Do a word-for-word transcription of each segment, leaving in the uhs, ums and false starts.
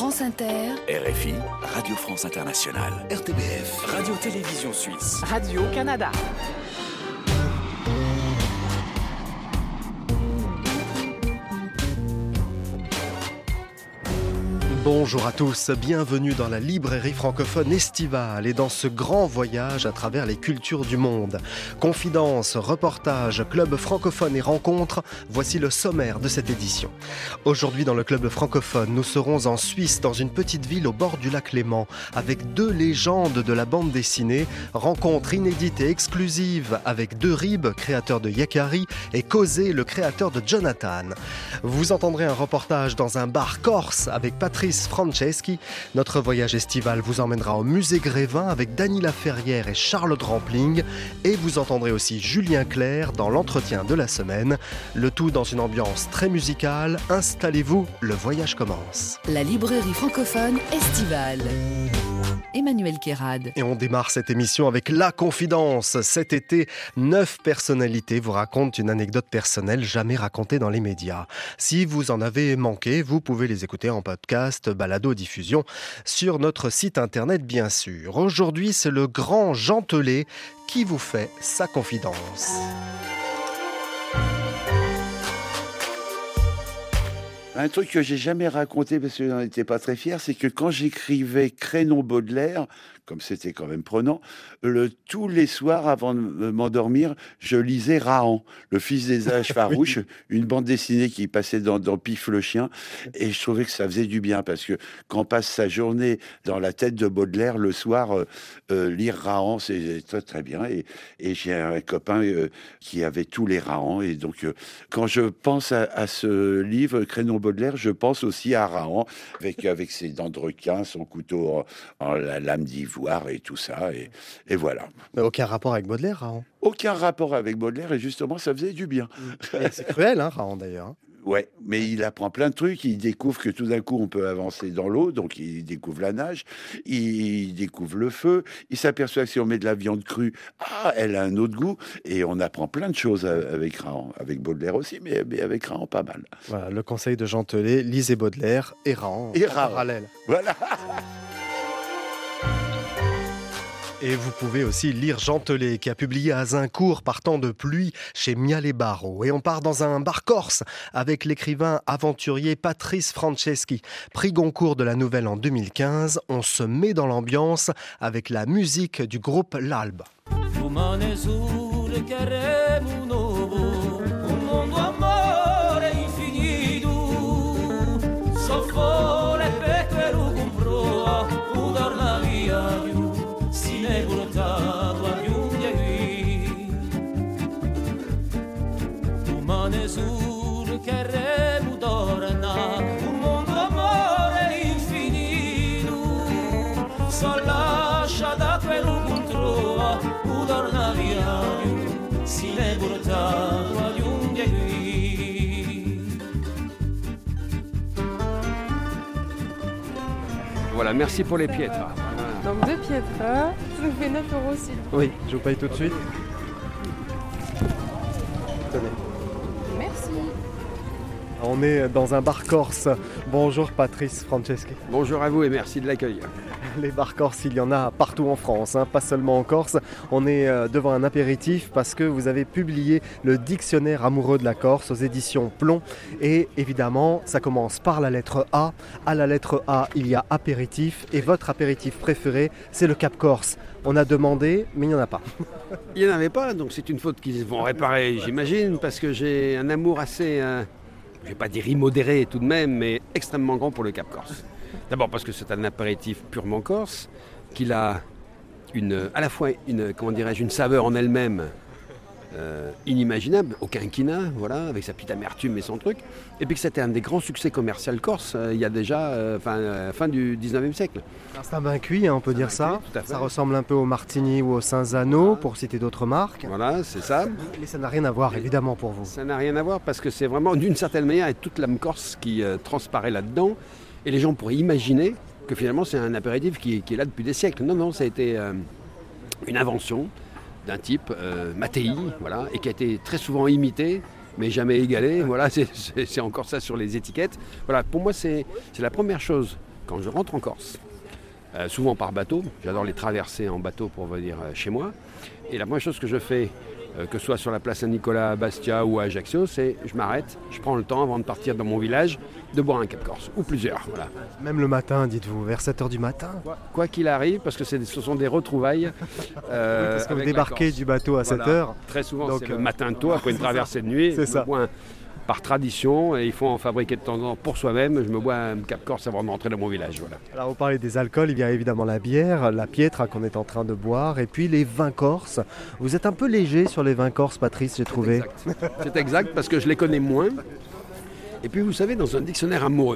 France Inter, R F I, Radio France Internationale, R T B F, Radio-Télévision Suisse, Radio-Canada. Bonjour à tous, bienvenue dans la librairie francophone estivale et dans ce grand voyage à travers les cultures du monde. Confidences, reportages, club francophone et rencontres, voici le sommaire de cette édition. Aujourd'hui dans le club francophone, nous serons en Suisse dans une petite ville au bord du lac Léman avec deux légendes de la bande dessinée, rencontre inédite et exclusive avec De Rib, créateur de Yakari, et Causé, le créateur de Jonathan. Vous entendrez un reportage dans un bar corse avec Patrice Franceschi. Notre voyage estival vous emmènera au musée Grévin avec Dany Laferrière et Charlotte Rampling. Et vous entendrez aussi Julien Clerc dans l'entretien de la semaine. Le tout dans une ambiance très musicale. Installez-vous, le voyage commence. La librairie francophone estivale. Emmanuel Kérad. Et on démarre cette émission avec La Confidence. Cet été, neuf personnalités vous racontent une anecdote personnelle jamais racontée dans les médias. Si vous en avez manqué, vous pouvez les écouter en podcast, balado-diffusion, sur notre site internet bien sûr. Aujourd'hui, c'est le grand Jean Telet qui vous fait sa confidence. Un truc que j'ai jamais raconté parce que j'en étais pas très fier, c'est que quand j'écrivais Crénon Baudelaire, comme c'était quand même prenant, le, tous les soirs avant de m'endormir, je lisais Rahan, le fils des âges farouches, une bande dessinée qui passait dans, dans Pif le chien, et je trouvais que ça faisait du bien parce que quand on passe sa journée dans la tête de Baudelaire, le soir, euh, euh, lire Rahan, c'est très très bien. Et, et j'ai un copain euh, qui avait tous les Rahan, et donc euh, quand je pense à, à ce livre Crénon Baudelaire, je pense aussi à Rahan avec avec ses dents de requin, son couteau en, en la lame d'ivoire et tout ça, et, et voilà. Mais aucun rapport avec Baudelaire, Rahan. Aucun rapport avec Baudelaire, et justement, ça faisait du bien. Et c'est cruel, hein, Rahan, d'ailleurs. Ouais, mais il apprend plein de trucs. Il découvre que tout d'un coup, on peut avancer dans l'eau, donc il découvre la nage, il découvre le feu, il s'aperçoit que si on met de la viande crue, ah, elle a un autre goût, et on apprend plein de choses avec Rahan, avec Baudelaire aussi, mais, mais avec Rahan, pas mal. Voilà, le conseil de Jean Telet, lisez Baudelaire et Rahan et en Rahan. Parallèle. Voilà. Et vous pouvez aussi lire Jean Telet qui a publié Azincourt par temps de pluie chez Mial et Barreau. Et on part dans un bar corse avec l'écrivain aventurier Patrice Franceschi. Prix Goncourt de la Nouvelle en deux mille quinze. On se met dans l'ambiance avec la musique du groupe L'Alba. Voilà, merci pour les piètres. Donc deux piètres, ça nous fait neuf euros s'il vous plaît. Oui, je vous paye tout de suite. Tenez. Merci. On est dans un bar corse. Bonjour Patrice Franceschi. Bonjour à vous et merci de l'accueil. Les bars corses, il y en a partout en France, hein, pas seulement en Corse. On est devant un apéritif parce que vous avez publié le dictionnaire amoureux de la Corse aux éditions Plomb. Et évidemment, ça commence par la lettre A. À la lettre A, il y a apéritif. Et votre apéritif préféré, c'est le Cap Corse. On a demandé, mais il n'y en a pas. Il n'y en avait pas, donc c'est une faute qu'ils vont réparer, j'imagine, parce que j'ai un amour assez, euh, je ne vais pas dire immodéré tout de même, mais extrêmement grand pour le Cap Corse. D'abord parce que c'est un apéritif purement corse, qu'il a une, à la fois une, comment dirais-je, une saveur en elle-même euh, inimaginable, au quinquina, voilà, avec sa petite amertume et son truc, et puis que c'était un des grands succès commerciaux corse euh, il y a déjà euh, fin, euh, fin du dix-neuvième siècle. Alors c'est un vin cuit, hein, on peut dire ça. Cuit, tout à fait. Ça ressemble un peu au Martini ou au Saint-Zano, voilà, pour citer d'autres marques. Voilà, c'est ça. Mais ça n'a rien à voir, évidemment, pour vous. Ça n'a rien à voir parce que c'est vraiment, d'une certaine manière, et toute l'âme corse qui euh, transparaît là-dedans. Et les gens pourraient imaginer que finalement c'est un apéritif qui, qui est là depuis des siècles. Non, non, ça a été euh, une invention d'un type, euh, Mattei, voilà, et qui a été très souvent imité, mais jamais égalé. Voilà, c'est, c'est, c'est encore ça sur les étiquettes. Voilà, pour moi, c'est, c'est la première chose quand je rentre en Corse. Euh, souvent par bateau, j'adore les traverser en bateau pour venir euh, chez moi. Et la première chose que je fais, euh, que ce soit sur la place Saint-Nicolas à Bastia ou à Ajaccio, c'est je m'arrête, je prends le temps avant de partir dans mon village de boire un Cap Corse, ou plusieurs. Voilà. Même le matin, dites-vous, vers sept heures du matin. Quoi, quoi qu'il arrive, parce que c'est, ce sont des retrouvailles. Euh, oui, parce que vous débarquez du bateau à voilà. sept heures. Très souvent, donc, c'est le matin tôt, après une traversée de nuit. C'est ça. Bois, par tradition, et il faut en fabriquer de temps en temps pour soi-même. Je me bois un Cap Corse avant de rentrer dans mon village. Voilà. Alors vous parlez des alcools, il y a évidemment la bière, la pietra qu'on est en train de boire, et puis les vins corses. Vous êtes un peu léger sur les vins corses, Patrice, j'ai trouvé. Exact. C'est exact, parce que je les connais moins. Et puis vous savez, dans un dictionnaire amoureux,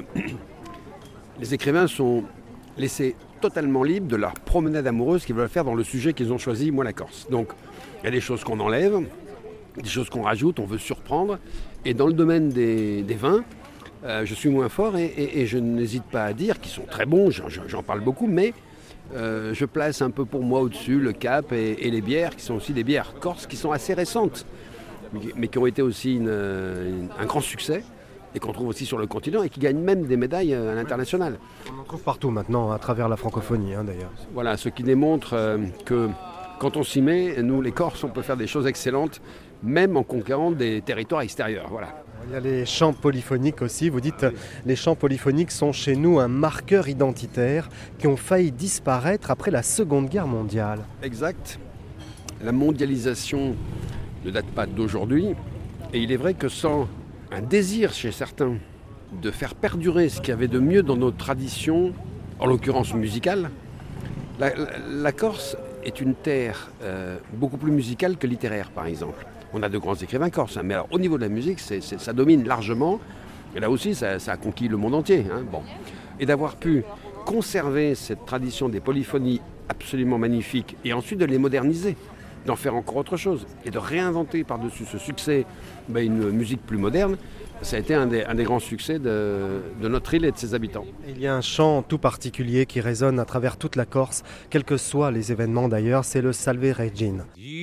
les écrivains sont laissés totalement libres de leur promenade amoureuse qu'ils veulent faire dans le sujet qu'ils ont choisi, moi la Corse. Donc il y a des choses qu'on enlève, des choses qu'on rajoute, on veut surprendre. Et dans le domaine des, des vins, euh, je suis moins fort et, et, et je n'hésite pas à dire qu'ils sont très bons, j'en, j'en parle beaucoup, mais euh, je place un peu pour moi au-dessus le Cap et, et les bières, qui sont aussi des bières corses, qui sont assez récentes, mais, mais qui ont été aussi une, une, un grand succès, et qu'on trouve aussi sur le continent, et qui gagnent même des médailles à l'international. On en trouve partout maintenant, à travers la francophonie hein, d'ailleurs. Voilà, ce qui démontre euh, que quand on s'y met, nous les Corses, on peut faire des choses excellentes, même en conquérant des territoires extérieurs. Voilà. Il y a les chants polyphoniques aussi. Vous dites les chants polyphoniques sont chez nous un marqueur identitaire qui ont failli disparaître après la Seconde Guerre mondiale. Exact. La mondialisation ne date pas d'aujourd'hui. Et il est vrai que sans un désir chez certains de faire perdurer ce qu'il y avait de mieux dans notre tradition, en l'occurrence musicale, la, la, la Corse est une terre euh, beaucoup plus musicale que littéraire, par exemple. On a de grands écrivains corses, hein, mais alors, au niveau de la musique, c'est, c'est, ça domine largement. Et là aussi, ça, ça a conquis le monde entier. Hein, bon. Et d'avoir pu conserver cette tradition des polyphonies absolument magnifiques et ensuite de les moderniser, d'en faire encore autre chose et de réinventer par-dessus ce succès ben, une musique plus moderne, ça a été un des, un des grands succès de, de notre île et de ses habitants. Il y a un chant tout particulier qui résonne à travers toute la Corse, quels que soient les événements d'ailleurs, c'est le Salve Regina.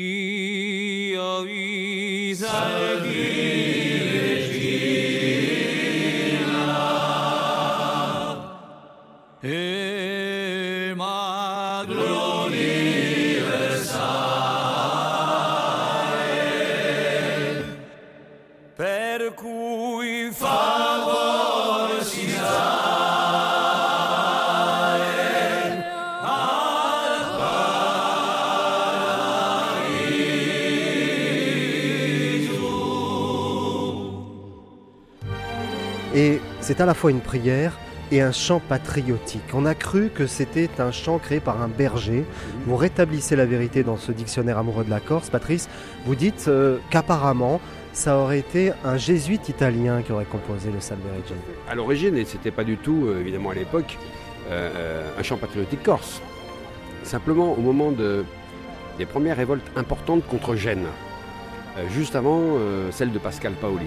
Salve Regina, e Madre universale, per cui favor si dare al paradiso. Et c'est à la fois une prière et un chant patriotique. On a cru que c'était un chant créé par un berger. Vous rétablissez la vérité dans ce dictionnaire amoureux de la Corse. Patrice, vous dites euh, qu'apparemment, ça aurait été un jésuite italien qui aurait composé le Salve Regina. À l'origine, et ce n'était pas du tout, euh, évidemment à l'époque, euh, un chant patriotique corse. Simplement, au moment de, des premières révoltes importantes contre Gênes, euh, juste avant euh, celle de Pascal Paoli,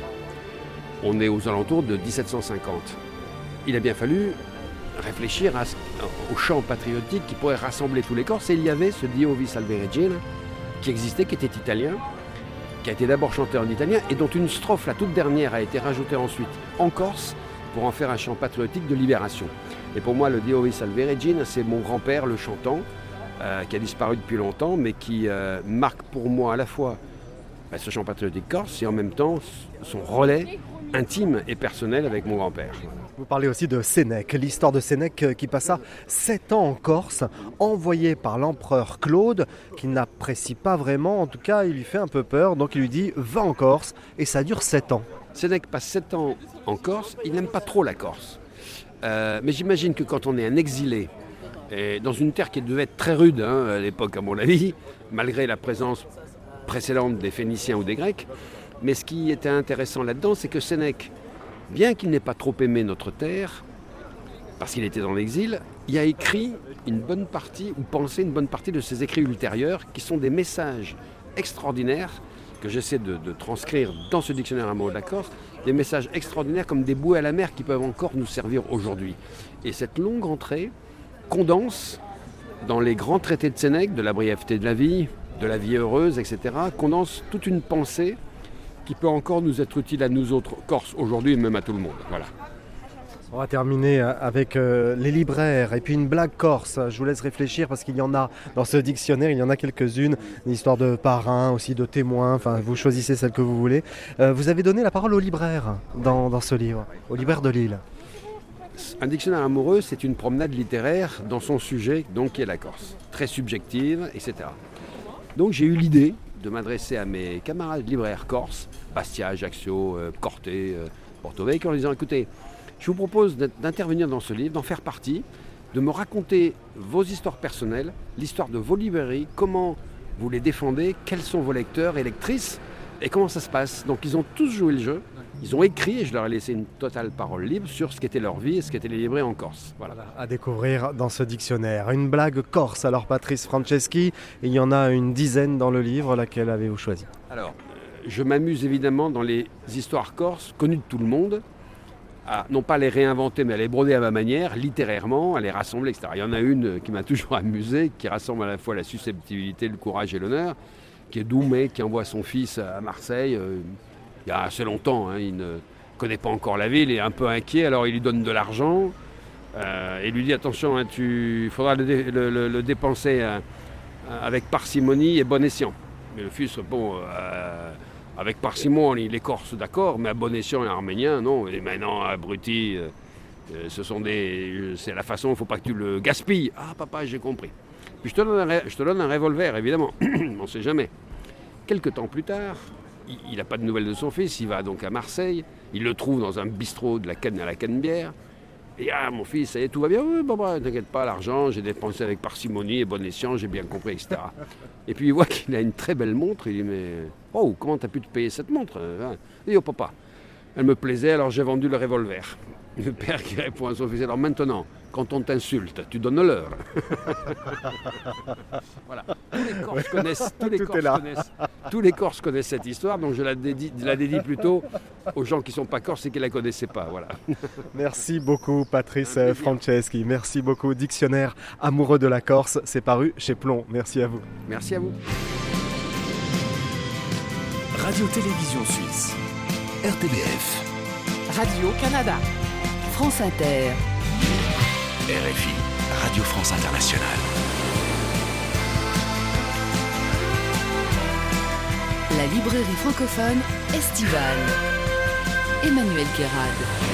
on est aux alentours de dix-sept cent cinquante. Il a bien fallu réfléchir à, au chant patriotique qui pourrait rassembler tous les Corses. Et il y avait ce Dio vi Salve Regina qui existait, qui était italien, qui a été d'abord chanté en italien et dont une strophe, la toute dernière, a été rajoutée ensuite en Corse pour en faire un chant patriotique de libération. Et pour moi, le Dio vi Salve Regina, c'est mon grand-père, le chantant, euh, qui a disparu depuis longtemps, mais qui euh, marque pour moi à la fois bah, ce chant patriotique corse et en même temps son relais intime et personnel avec mon grand-père. Vous parlez aussi de Sénèque, l'histoire de Sénèque qui passa sept ans en Corse, envoyé par l'empereur Claude, qui n'apprécie pas vraiment, en tout cas il lui fait un peu peur, donc il lui dit « va en Corse » et ça dure sept ans. Sénèque passe sept ans en Corse, il n'aime pas trop la Corse. Euh, mais j'imagine que quand on est un exilé, et dans une terre qui devait être très rude hein, à l'époque à mon avis, malgré la présence précédente des Phéniciens ou des Grecs, mais ce qui était intéressant là-dedans, c'est que Sénèque, bien qu'il n'ait pas trop aimé notre terre, parce qu'il était dans l'exil, il a écrit une bonne partie, ou pensé une bonne partie de ses écrits ultérieurs, qui sont des messages extraordinaires, que j'essaie de, de transcrire dans ce dictionnaire amoureux de la Corse, des messages extraordinaires comme des bouées à la mer qui peuvent encore nous servir aujourd'hui. Et cette longue entrée condense, dans les grands traités de Sénèque, de la brièveté de la vie, de la vie heureuse, et cetera, condense toute une pensée qui peut encore nous être utile à nous autres Corses aujourd'hui et même à tout le monde. Voilà. On va terminer avec euh, les libraires et puis une blague corse. Je vous laisse réfléchir parce qu'il y en a dans ce dictionnaire, il y en a quelques-unes. Une histoire de parrain, aussi de témoins, enfin vous choisissez celle que vous voulez. Euh, vous avez donné la parole aux libraires dans, dans ce livre, aux libraires de Lille. Un dictionnaire amoureux, c'est une promenade littéraire dans son sujet, donc qui est la Corse. Très subjective, et cetera. Donc j'ai eu l'idée de m'adresser à mes camarades libraires corses, Bastia, Ajaccio, euh, Corté, euh, Porto Vecchio, en disant écoutez, je vous propose d'intervenir dans ce livre, d'en faire partie, de me raconter vos histoires personnelles, l'histoire de vos librairies, comment vous les défendez, quels sont vos lecteurs et lectrices, et comment ça se passe. Donc ils ont tous joué le jeu. Ils ont écrit et je leur ai laissé une totale parole libre sur ce qu'était leur vie et ce qu'étaient les librairies en Corse. Voilà. À découvrir dans ce dictionnaire. Une blague corse, alors Patrice Franceschi, il y en a une dizaine dans le livre, laquelle avez-vous choisi? Alors, je m'amuse évidemment dans les histoires corses, connues de tout le monde, à non pas à les réinventer, mais à les broder à ma manière, littérairement, à les rassembler, et cetera. Il y en a une qui m'a toujours amusé, qui rassemble à la fois la susceptibilité, le courage et l'honneur, qui est Doumé, qui envoie son fils à Marseille. Euh, Il y a assez longtemps, hein, il ne connaît pas encore la ville, il est un peu inquiet, alors il lui donne de l'argent euh, et lui dit attention, hein, il faudra le, dé, le, le, le dépenser euh, avec parcimonie et bon escient. Mais le fils répond euh, avec parcimonie, les Corses d'accord, mais à bon escient et arménien, non. Il dit mais non, abruti, euh, ce sont des, c'est la façon, il ne faut pas que tu le gaspilles. Ah papa, j'ai compris. Puis je te donne un, je te donne un revolver, évidemment, on ne sait jamais. Quelque temps plus tard, il n'a pas de nouvelles de son fils, il va donc à Marseille, il le trouve dans un bistrot de la canne à la Canebière. Et ah, mon fils, ça y est, tout va bien, oui, bon, bah, t'inquiète pas, l'argent, j'ai dépensé avec parcimonie et bon escient, j'ai bien compris, et cetera. Et puis il voit qu'il a une très belle montre, il dit mais oh, comment t'as pu te payer cette montre? Il dit oh papa, elle me plaisait, alors j'ai vendu le revolver. Le père qui répond à son fils, alors maintenant, quand on t'insulte, tu donnes l'heure. Voilà. Tous les Corses connaissent, tous les Corses connaissent, tous les Corses connaissent cette histoire, donc je la dédie, la dédie plutôt aux gens qui ne sont pas Corses et qui ne la connaissaient pas. Voilà. Merci beaucoup Patrice Franceschi, merci beaucoup. Dictionnaire amoureux de la Corse, c'est paru chez Plomb. Merci à vous. Merci à vous. Radio-Télévision Suisse, R T B F, Radio-Canada, France Inter, R F I, Radio France Internationale. la librairie francophone estivale. Emmanuel Guérad.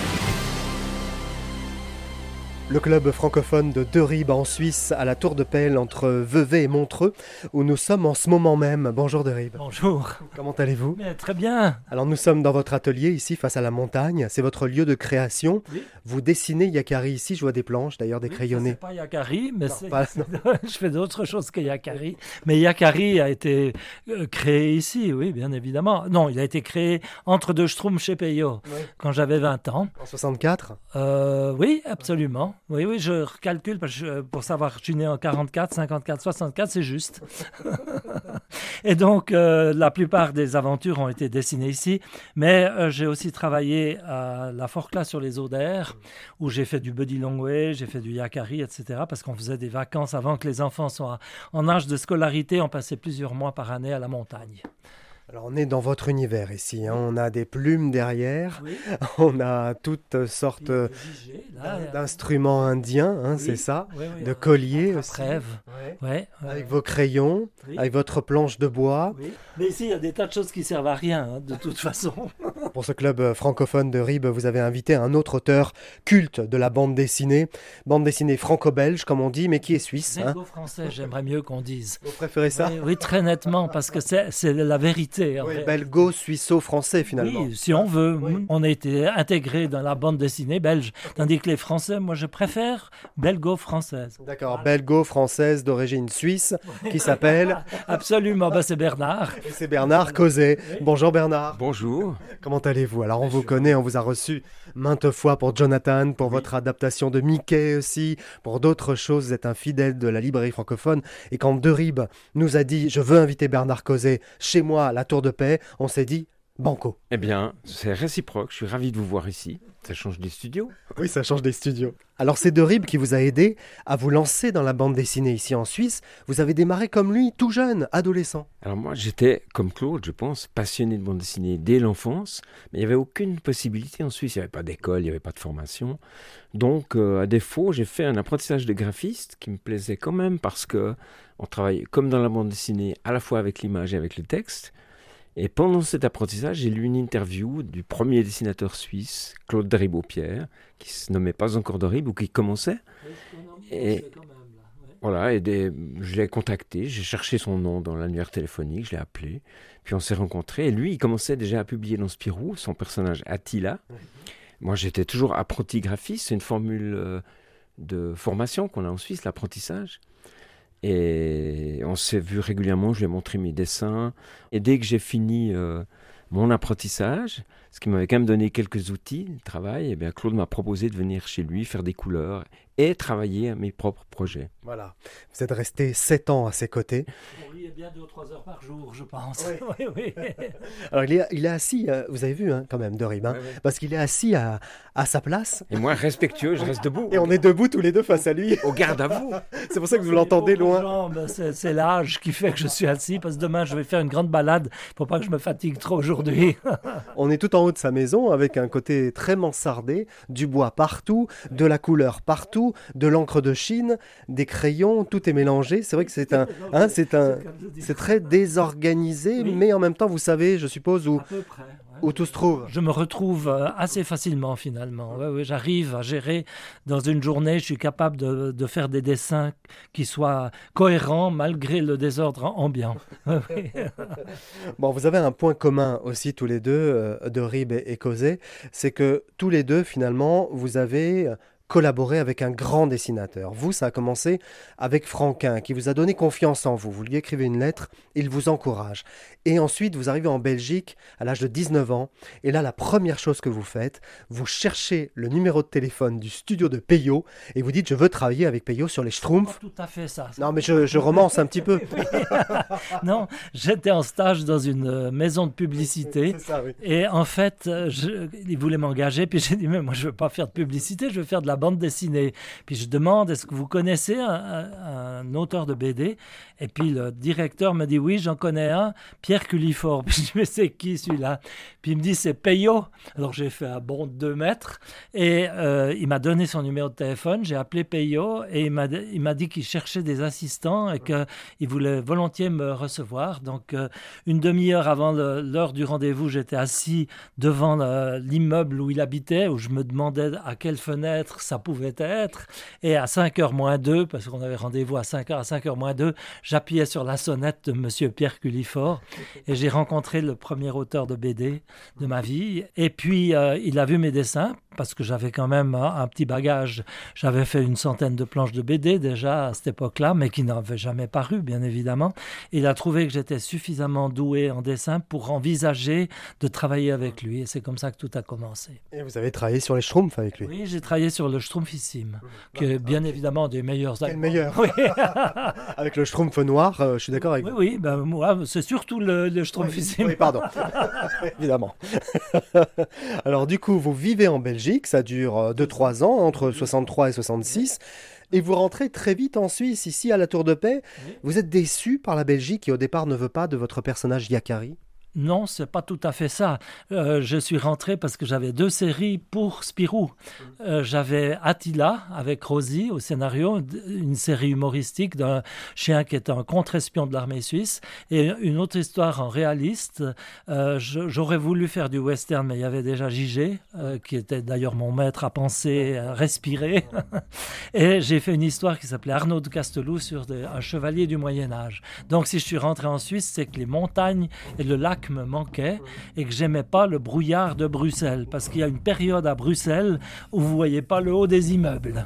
Le club francophone de Derib en Suisse, à la Tour de Pelle, entre Vevey et Montreux, où nous sommes en ce moment même. Bonjour Derib. Bonjour. Comment allez-vous? Mais très bien. Alors nous sommes dans votre atelier ici, face à la montagne. C'est votre lieu de création. Oui. Vous dessinez Yakari ici, je vois des planches, d'ailleurs des Oui, crayonnés. C'est pas Yakari, mais Non, c'est, pas- c'est- je fais d'autres choses que Yakari. Mais Yakari a été euh, créé ici, oui, bien évidemment. Non, il a été créé entre deux Schtroumpfs chez Peyo, Oui. quand j'avais vingt ans. En soixante-quatre? Euh, oui, absolument. Oui, oui, je recalcule parce que je- pour savoir, je suis né en quarante-quatre, cinquante-quatre, soixante-quatre, c'est juste. Et donc, euh, la plupart des aventures ont été dessinées ici. Mais euh, j'ai aussi travaillé à la Forclaz sur les Oders, où j'ai fait du Buddy Longway, j'ai fait du Yakari, et cetera. Parce qu'on faisait des vacances avant que les enfants soient en âge de scolarité. On passait plusieurs mois par année à la montagne. Alors on est dans votre univers ici, hein. On a des plumes derrière, Oui. on a toutes sortes Des vigées, là, d'in- d'instruments indiens, hein, oui. c'est ça, Oui, oui, de un- colliers un aussi. trève. Ouais. Ouais, ouais, Avec ouais. vos crayons, Oui. avec votre planche de bois. Oui. Mais ici, il y a des tas de choses qui servent à rien, hein, de toute façon. Pour ce club euh, francophone de Ribes, vous avez invité un autre auteur culte de la bande dessinée, bande dessinée franco-belge comme on dit, mais qui est suisse. Hein. Belgo-français, j'aimerais mieux qu'on dise. Vous préférez ça? Oui, oui, très nettement, parce que c'est, c'est la vérité. en Oui, fait. belgo-suisseau-français finalement. Oui, si on veut. Oui. On a été intégré dans la bande dessinée belge, tandis que les Français, moi, je préfère belgo-française. D'accord, belgo-française d'origine suisse qui s'appelle, Absolument, bah, c'est Bernard. et c'est Bernard Cauzet. Bonjour Bernard. Bonjour. Comment allez-vous? Alors on vous connaît, on vous a reçu maintes fois pour Jonathan, pour votre adaptation de Mickey aussi, pour d'autres choses. Vous êtes un fidèle de la librairie francophone. Et quand Derib nous a dit « Je veux inviter Bernard Cauzet chez moi à la Tour de Paix », on s'est dit Banco. Eh bien, c'est réciproque. Je suis ravi de vous voir ici. Ça change des studios. Oui, ça change des studios. Alors c'est Derib qui vous a aidé à vous lancer dans la bande dessinée ici en Suisse. Vous avez démarré comme lui, tout jeune, adolescent. Alors moi, j'étais, comme Claude, je pense, passionné de bande dessinée dès l'enfance. Mais il n'y avait aucune possibilité en Suisse. Il n'y avait pas d'école, il n'y avait pas de formation. Donc, euh, à défaut, j'ai fait un apprentissage de graphiste qui me plaisait quand même parce que on travaille comme dans la bande dessinée, à la fois avec l'image et avec le texte. Et pendant cet apprentissage, j'ai lu une interview du premier dessinateur suisse, Claude Derib-Pierre, qui ne se nommait pas encore Derib ou qui commençait. Et voilà, et des, je l'ai contacté, j'ai cherché son nom dans l'annuaire téléphonique, je l'ai appelé, puis on s'est rencontrés. Et lui, il commençait déjà à publier dans Spirou, son personnage Attila. Mm-hmm. Moi, j'étais toujours apprenti graphiste, c'est une formule euh, de formation qu'on a en Suisse, l'apprentissage. Et on s'est vu régulièrement, je lui ai montré mes dessins. Et dès que j'ai fini euh, mon apprentissage, ce qui m'avait quand même donné quelques outils de travail, eh bien Claude m'a proposé de venir chez lui faire des couleurs et travailler à mes propres projets. Voilà. Vous êtes resté sept ans à ses côtés. Pour lui, il est bien deux ou trois heures par jour, je pense. Oui. oui, oui. Alors, il est, il est assis, euh, vous avez vu hein, quand même, Derib, hein, oui, oui. Parce qu'il est assis à, à sa place. Et moi, respectueux, je reste debout. Et on est debout tous les deux face à lui. Au garde à vous. C'est pour ça que vous l'entendez loin. Jambes, c'est, c'est l'âge qui fait que je suis assis, parce que demain, je vais faire une grande balade. Il ne faut pas que je me fatigue trop aujourd'hui. On est tout en haut de sa maison, avec un côté très mansardé, du bois partout, de la couleur partout, de l'encre de Chine, des crayons, tout est mélangé. C'est vrai que c'est un, hein, c'est un, c'est très désorganisé, oui. Mais en même temps, vous savez, je suppose, où, ouais. où tout se trouve. Je me retrouve assez facilement finalement. Ouais, ouais, j'arrive à gérer dans une journée. Je suis capable de, de faire des dessins qui soient cohérents malgré le désordre ambiant. Bon, vous avez un point commun aussi tous les deux, euh, Derib et, et Cosé, c'est que tous les deux finalement, vous avez collaborer avec un grand dessinateur. Vous, ça a commencé avec Franquin, qui vous a donné confiance en vous. Vous lui écrivez une lettre, il vous encourage. Et ensuite, vous arrivez en Belgique à l'âge de dix-neuf ans. Et là, la première chose que vous faites, vous cherchez le numéro de téléphone du studio de Peyo et vous dites, je veux travailler avec Peyo sur les Schtroumpfs. Tout à fait ça. Non, mais je, je romance un petit peu. Non, j'étais en stage dans une maison de publicité. C'est ça, oui. Et en fait, je, il voulait m'engager. Puis j'ai dit, mais moi, je ne veux pas faire de publicité, je veux faire de la bande dessinée. Puis je demande, est-ce que vous connaissez un, un, un auteur de B D? Et puis le directeur me dit, oui, j'en connais un, Pierre Culifort. Puis je dis, mais c'est qui celui-là? Puis il me dit, c'est Peyo. Alors j'ai fait un bond de deux mètres et euh, il m'a donné son numéro de téléphone. J'ai appelé Peyo et il m'a, il m'a dit qu'il cherchait des assistants et qu'il voulait volontiers me recevoir. Donc euh, une demi-heure avant le, l'heure du rendez-vous, j'étais assis devant le, l'immeuble où il habitait, où je me demandais à quelle fenêtre ça pouvait être. Et à cinq heures moins deux, parce qu'on avait rendez-vous à cinq heures, à cinq heures moins deux, j'appuyais sur la sonnette de monsieur Pierre Culifort et j'ai rencontré le premier auteur de B D de ma vie. Et puis, euh, il a vu mes dessins parce que j'avais quand même un, un petit bagage. J'avais fait une centaine de planches de B D déjà à cette époque-là, mais qui n'avaient jamais paru, bien évidemment. Il a trouvé que j'étais suffisamment doué en dessin pour envisager de travailler avec lui. Et c'est comme ça que tout a commencé. Et vous avez travaillé sur les Schtroumpfs avec lui? Oui, j'ai travaillé sur le Schtroumpfissime, qui est bien évidemment des meilleurs. Quel meilleur? Oui. Avec le Schtroumpf noir, euh, je suis d'accord avec oui, vous. Oui, ben, moi, c'est surtout le, le Schtroumpfissime. Oui, oui, pardon. Évidemment. Alors du coup, vous vivez en Belgique, ça dure deux trois ans, entre soixante-trois et soixante-six. Et vous rentrez très vite en Suisse, ici à la Tour de Paix. Oui. Vous êtes déçu par la Belgique qui au départ ne veut pas de votre personnage Yakari? Non, c'est pas tout à fait ça. Euh, je suis rentré parce que j'avais deux séries pour Spirou. Euh, j'avais Attila avec Rosie au scénario, une série humoristique d'un chien qui est un contre-espion de l'armée suisse, et une autre histoire en réaliste. Euh, je, j'aurais voulu faire du western, mais il y avait déjà Gigé, euh, qui était d'ailleurs mon maître à penser, à respirer. Et j'ai fait une histoire qui s'appelait Arnaud de Castelou sur des, un chevalier du Moyen-Âge. Donc si je suis rentré en Suisse, c'est que les montagnes et le lac me manquait et que j'aimais pas le brouillard de Bruxelles parce qu'il y a une période à Bruxelles où vous voyez pas le haut des immeubles.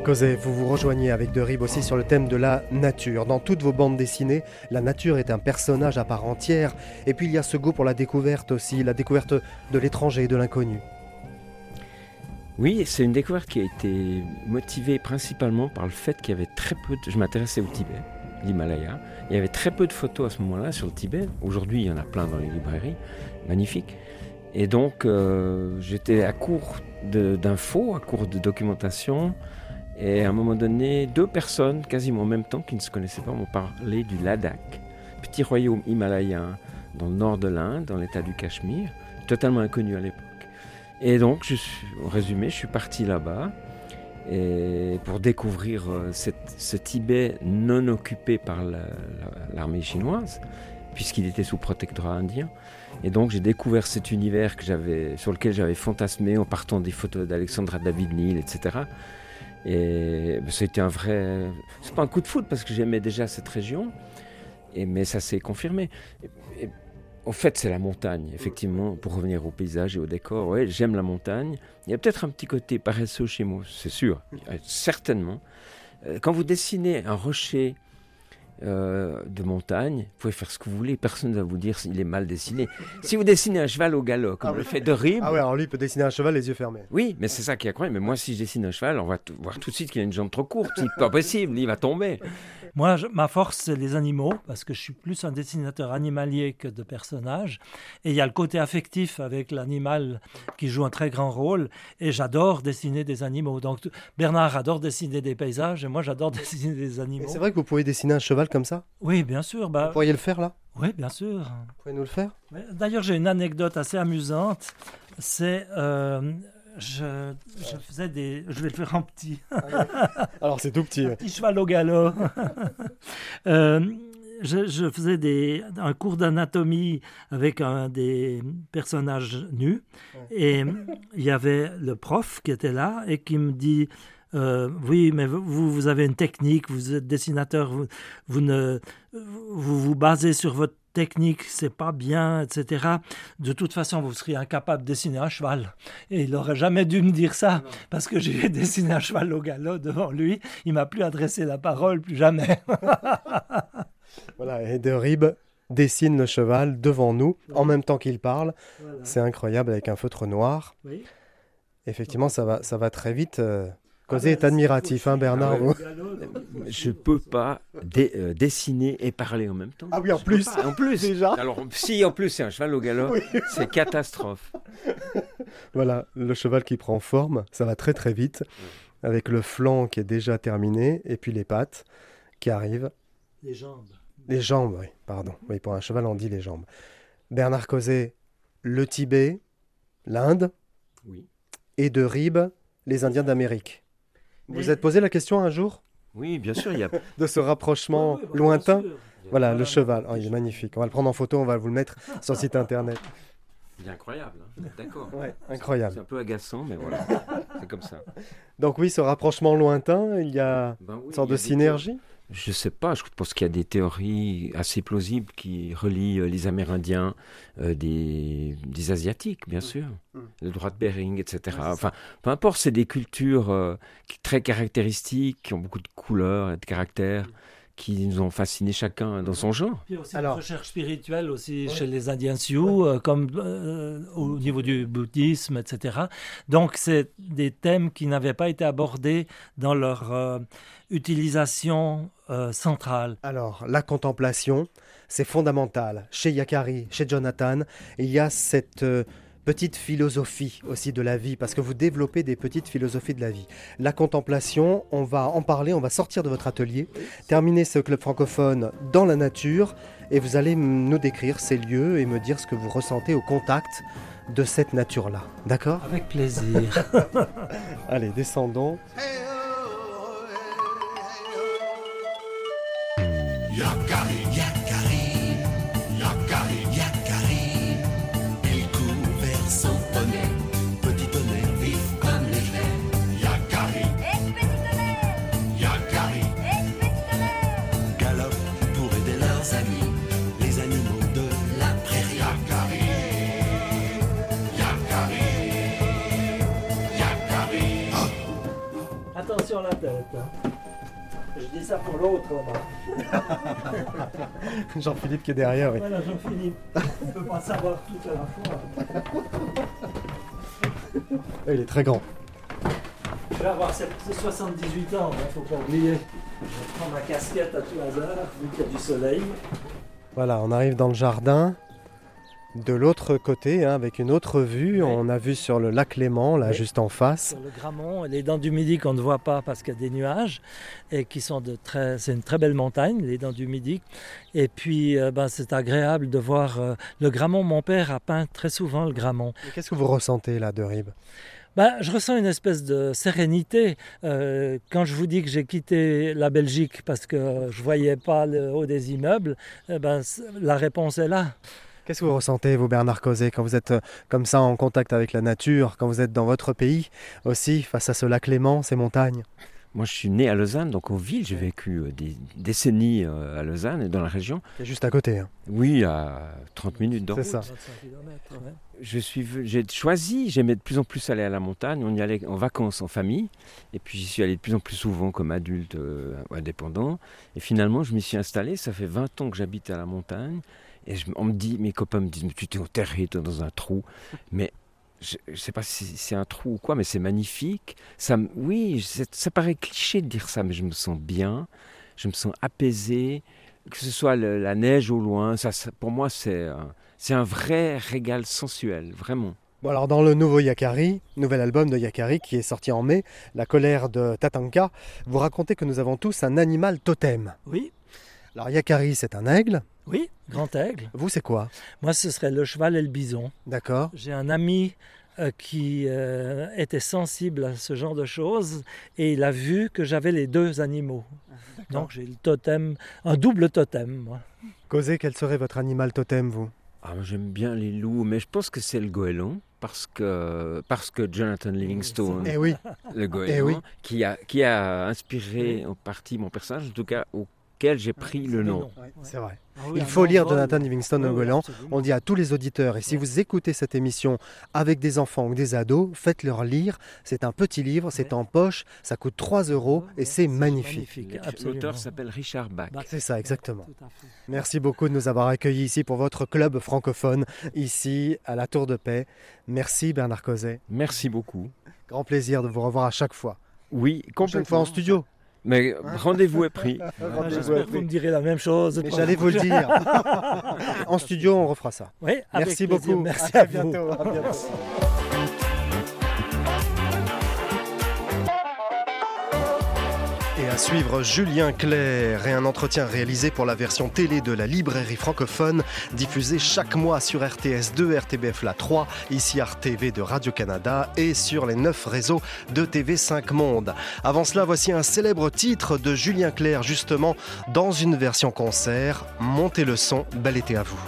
Causé, vous vous rejoignez avec De Ribe aussi sur le thème de la nature. Dans toutes vos bandes dessinées, la nature est un personnage à part entière. Et puis il y a ce goût pour la découverte aussi, la découverte de l'étranger, de l'inconnu. Oui, c'est une découverte qui a été motivée principalement par le fait qu'il y avait très peu de... Je m'intéressais au Tibet, l'Himalaya. Il y avait très peu de photos à ce moment-là sur le Tibet. Aujourd'hui, il y en a plein dans les librairies. Magnifique. Et donc, euh, j'étais à court de, d'infos, à court de documentation. Et à un moment donné, deux personnes, quasiment en même temps, qui ne se connaissaient pas, m'ont parlé du Ladakh, petit royaume himalayen dans le nord de l'Inde, dans l'état du Cachemire, totalement inconnu à l'époque. Et donc, je suis, en résumé, je suis parti là-bas et pour découvrir euh, cette, ce Tibet non occupé par la, la, l'armée chinoise, puisqu'il était sous protectorat indien. Et donc, j'ai découvert cet univers que j'avais, sur lequel j'avais fantasmé en partant des photos d'Alexandra David-Néel, et cetera. Et ben, c'était un vrai... C'est pas un coup de foudre, parce que j'aimais déjà cette région, et, mais ça s'est confirmé. Et, et, En fait, c'est la montagne, effectivement, pour revenir au paysage et au décor. Oui, j'aime la montagne. Il y a peut-être un petit côté paresseux chez moi, c'est sûr, certainement. Quand vous dessinez un rocher euh, de montagne, vous pouvez faire ce que vous voulez, personne ne va vous dire s'il est mal dessiné. Si vous dessinez un cheval au galop, comme ah, le fait De Ribe... Ah oui, alors lui, il peut dessiner un cheval les yeux fermés. Oui, mais c'est ça qui est incroyable. Mais moi, si je dessine un cheval, on va t- voir tout de suite qu'il a une jambe trop courte. C'est pas possible, il va tomber. Moi, je, ma force, c'est les animaux, parce que je suis plus un dessinateur animalier que de personnages. Et il y a le côté affectif avec l'animal qui joue un très grand rôle. Et j'adore dessiner des animaux. Donc, Bernard adore dessiner des paysages, et moi, j'adore dessiner des animaux. Et c'est vrai que vous pouvez dessiner un cheval comme ça ? Oui, bien sûr. Bah... Vous pourriez le faire, là ? Oui, bien sûr. Vous pouvez nous le faire ? D'ailleurs, j'ai une anecdote assez amusante. C'est... Euh... Je, je faisais des... Je vais le faire en petit. Alors, c'est tout petit. Un petit cheval au galop. euh, je, je faisais des, un cours d'anatomie avec un des personnages nus. Ouais. Et il y avait le prof qui était là et qui me dit... Euh, oui, mais vous, vous avez une technique, vous êtes dessinateur, vous, vous, ne, vous vous basez sur votre technique, c'est pas bien, et cetera. De toute façon, vous seriez incapable de dessiner un cheval. Et il n'aurait jamais dû me dire ça, parce que j'ai dessiné un cheval au galop devant lui. Il m'a plus adressé la parole, plus jamais. Voilà, et De Ribe dessine le cheval devant nous, oui. En même temps qu'il parle. Voilà. C'est incroyable, avec un feutre noir. Oui. Effectivement, ça va, ça va très vite. Euh... Causé est admiratif, hein, Bernard. Ah ouais. Je ne peux pas dé- euh, dessiner et parler en même temps. Ah oui, en plus. En plus, déjà. Alors, si en plus c'est un cheval au galop, oui. C'est catastrophe. Voilà, le cheval qui prend forme, ça va très très vite, avec le flanc qui est déjà terminé, et puis les pattes qui arrivent. Les jambes. Les jambes, oui, pardon. Oui, pour un cheval, on dit les jambes. Bernard Causé, le Tibet, l'Inde, oui. Et De Ribe, les Indiens d'Amérique. Vous vous êtes posé la question un jour ? Oui, bien sûr. Il y a... de ce rapprochement oui, oui, lointain. Voilà, le cheval. Oh, il est magnifique. On va le prendre en photo, on va vous le mettre sur le site internet. Il est incroyable, hein. D'accord. Ouais, incroyable. C'est un peu agaçant, mais voilà, c'est comme ça. Donc oui, ce rapprochement lointain, il y a ben oui, une sorte de synergie thé... Je ne sais pas, je pense qu'il y a des théories assez plausibles qui relient les Amérindiens euh, des, des Asiatiques, bien sûr, mmh. Le droit de Bering, et cetera. Enfin, peu importe, c'est des cultures euh, très caractéristiques, qui ont beaucoup de couleurs et de caractères, qui nous ont fascinés chacun dans son genre. Il y a aussi Alors, une recherche spirituelle aussi ouais. chez les Indiens Sioux, euh, comme euh, au niveau du bouddhisme, et cetera. Donc, c'est des thèmes qui n'avaient pas été abordés dans leur euh, utilisation euh, centrale. Alors, la contemplation, c'est fondamental. Chez Yakari, chez Jonathan, il y a cette... Euh, petite philosophie aussi de la vie, parce que vous développez des petites philosophies de la vie. La contemplation, on va en parler, on va sortir de votre atelier, terminer ce club francophone dans la nature, et vous allez nous décrire ces lieux et me dire ce que vous ressentez au contact de cette nature-là. D'accord ? Avec plaisir. Allez, descendons. Yakari, Yakari, Yakari, Yakari. Son poney, petit tonnerre vif comme les glaives. Yakari, et petit tonnerre. Yakari, et petit tonnerre. Galope pour aider leurs amis, les animaux de la prairie. Yakari, Yakari, Yakari. Oh. attention à la tête. Hein. Je dis ça pour l'autre là. Jean-Philippe qui est derrière, oui. Voilà, Jean-Philippe. On ne peut pas savoir tout à la fois. Il est très grand. Je vais avoir soixante-dix-huit ans, il ne faut pas oublier. Je prends ma casquette à tout hasard, vu qu'il y a du soleil. Voilà, on arrive dans le jardin. De l'autre côté, hein, avec une autre vue, oui. On a vu sur le lac Léman, là, oui. Juste en face. Sur le Grammont, les Dents du Midi qu'on ne voit pas parce qu'il y a des nuages, et qui sont de très, c'est une très belle montagne, les Dents du Midi. Et puis, euh, ben, c'est agréable de voir euh, le Grammont. Mon père a peint très souvent le Grammont. Et qu'est-ce que vous ressentez là de Ribe? Ben, je ressens une espèce de sérénité. Euh, quand je vous dis que j'ai quitté la Belgique parce que je ne voyais pas le haut des immeubles, eh ben, la réponse est là. Qu'est-ce que vous ressentez, vous, Bernard Cauzet, quand vous êtes comme ça en contact avec la nature, quand vous êtes dans votre pays aussi, face à ce lac Léman, ces montagnes? Moi, je suis né à Lausanne, donc en ville. J'ai vécu des décennies à Lausanne et dans la région. C'est juste à côté. Hein. Oui, à trente minutes de route. C'est ça. Je suis, j'ai choisi, j'aimais de plus en plus aller à la montagne. On y allait en vacances en famille. Et puis, j'y suis allé de plus en plus souvent comme adulte euh, indépendant. Et finalement, je m'y suis installé. Ça fait vingt ans que j'habite à la montagne. Et je, on me dit, mes copains me disent, mais tu t'es enterré toi, dans un trou. Mais je ne sais pas si c'est un trou ou quoi, mais c'est magnifique. Ça, oui, ça paraît cliché de dire ça, mais je me sens bien, je me sens apaisé. Que ce soit le, la neige au loin, ça, ça, pour moi, c'est c'est un vrai régal sensuel, vraiment. Bon, alors dans le nouveau Yakari, nouvel album de Yakari qui est sorti en mai, La colère de Tatanka, vous racontez que nous avons tous un animal totem. Oui. Alors Yakari, c'est un aigle. Oui, grand aigle. Vous, c'est quoi? Moi, ce serait le cheval et le bison. D'accord. J'ai un ami euh, qui euh, était sensible à ce genre de choses et il a vu que j'avais les deux animaux. Donc j'ai le totem, un double totem, moi. Cauzet, quel serait votre animal totem, vous? Ah, j'aime bien les loups, mais je pense que c'est le goéland. Parce que, parce que Jonathan Livingstone, eh oui. le goéland, eh oui. qui, a, qui a inspiré en partie mon personnage, en tout cas auquel j'ai pris le nom. Ouais, c'est vrai. Ah oui, Il faut lire envol. Jonathan Livingstone Oui, au oui, goéland. absolument. On dit à tous les auditeurs, et si vous écoutez cette émission avec des enfants ou des ados, faites-leur lire. C'est un petit livre, c'est en poche, ça coûte trois euros et c'est magnifique. L'auteur s'appelle Richard Bach. C'est ça, exactement. Tout à fait. Merci beaucoup de nous avoir accueillis ici pour votre club francophone, ici à la Tour de Paix. Merci Bernard Cauzet. Merci beaucoup. Grand plaisir de vous revoir à chaque fois. Oui, Prochaine complètement. fois en studio. Mais rendez-vous est pris. Ah, j'espère que vous me direz la même chose. Mais j'allais vous le dire. En studio, on refera ça. Oui, avec Merci plaisir. beaucoup. Merci à, à bientôt. vous. À bientôt. Et à suivre Julien Clerc et un entretien réalisé pour la version télé de la librairie francophone, diffusée chaque mois sur R T S deux, R T B F La trois, ici R T V de Radio-Canada et sur les neuf réseaux de T V cinq Monde. Avant cela, voici un célèbre titre de Julien Clerc, justement dans une version concert. Montez le son, bel été à vous.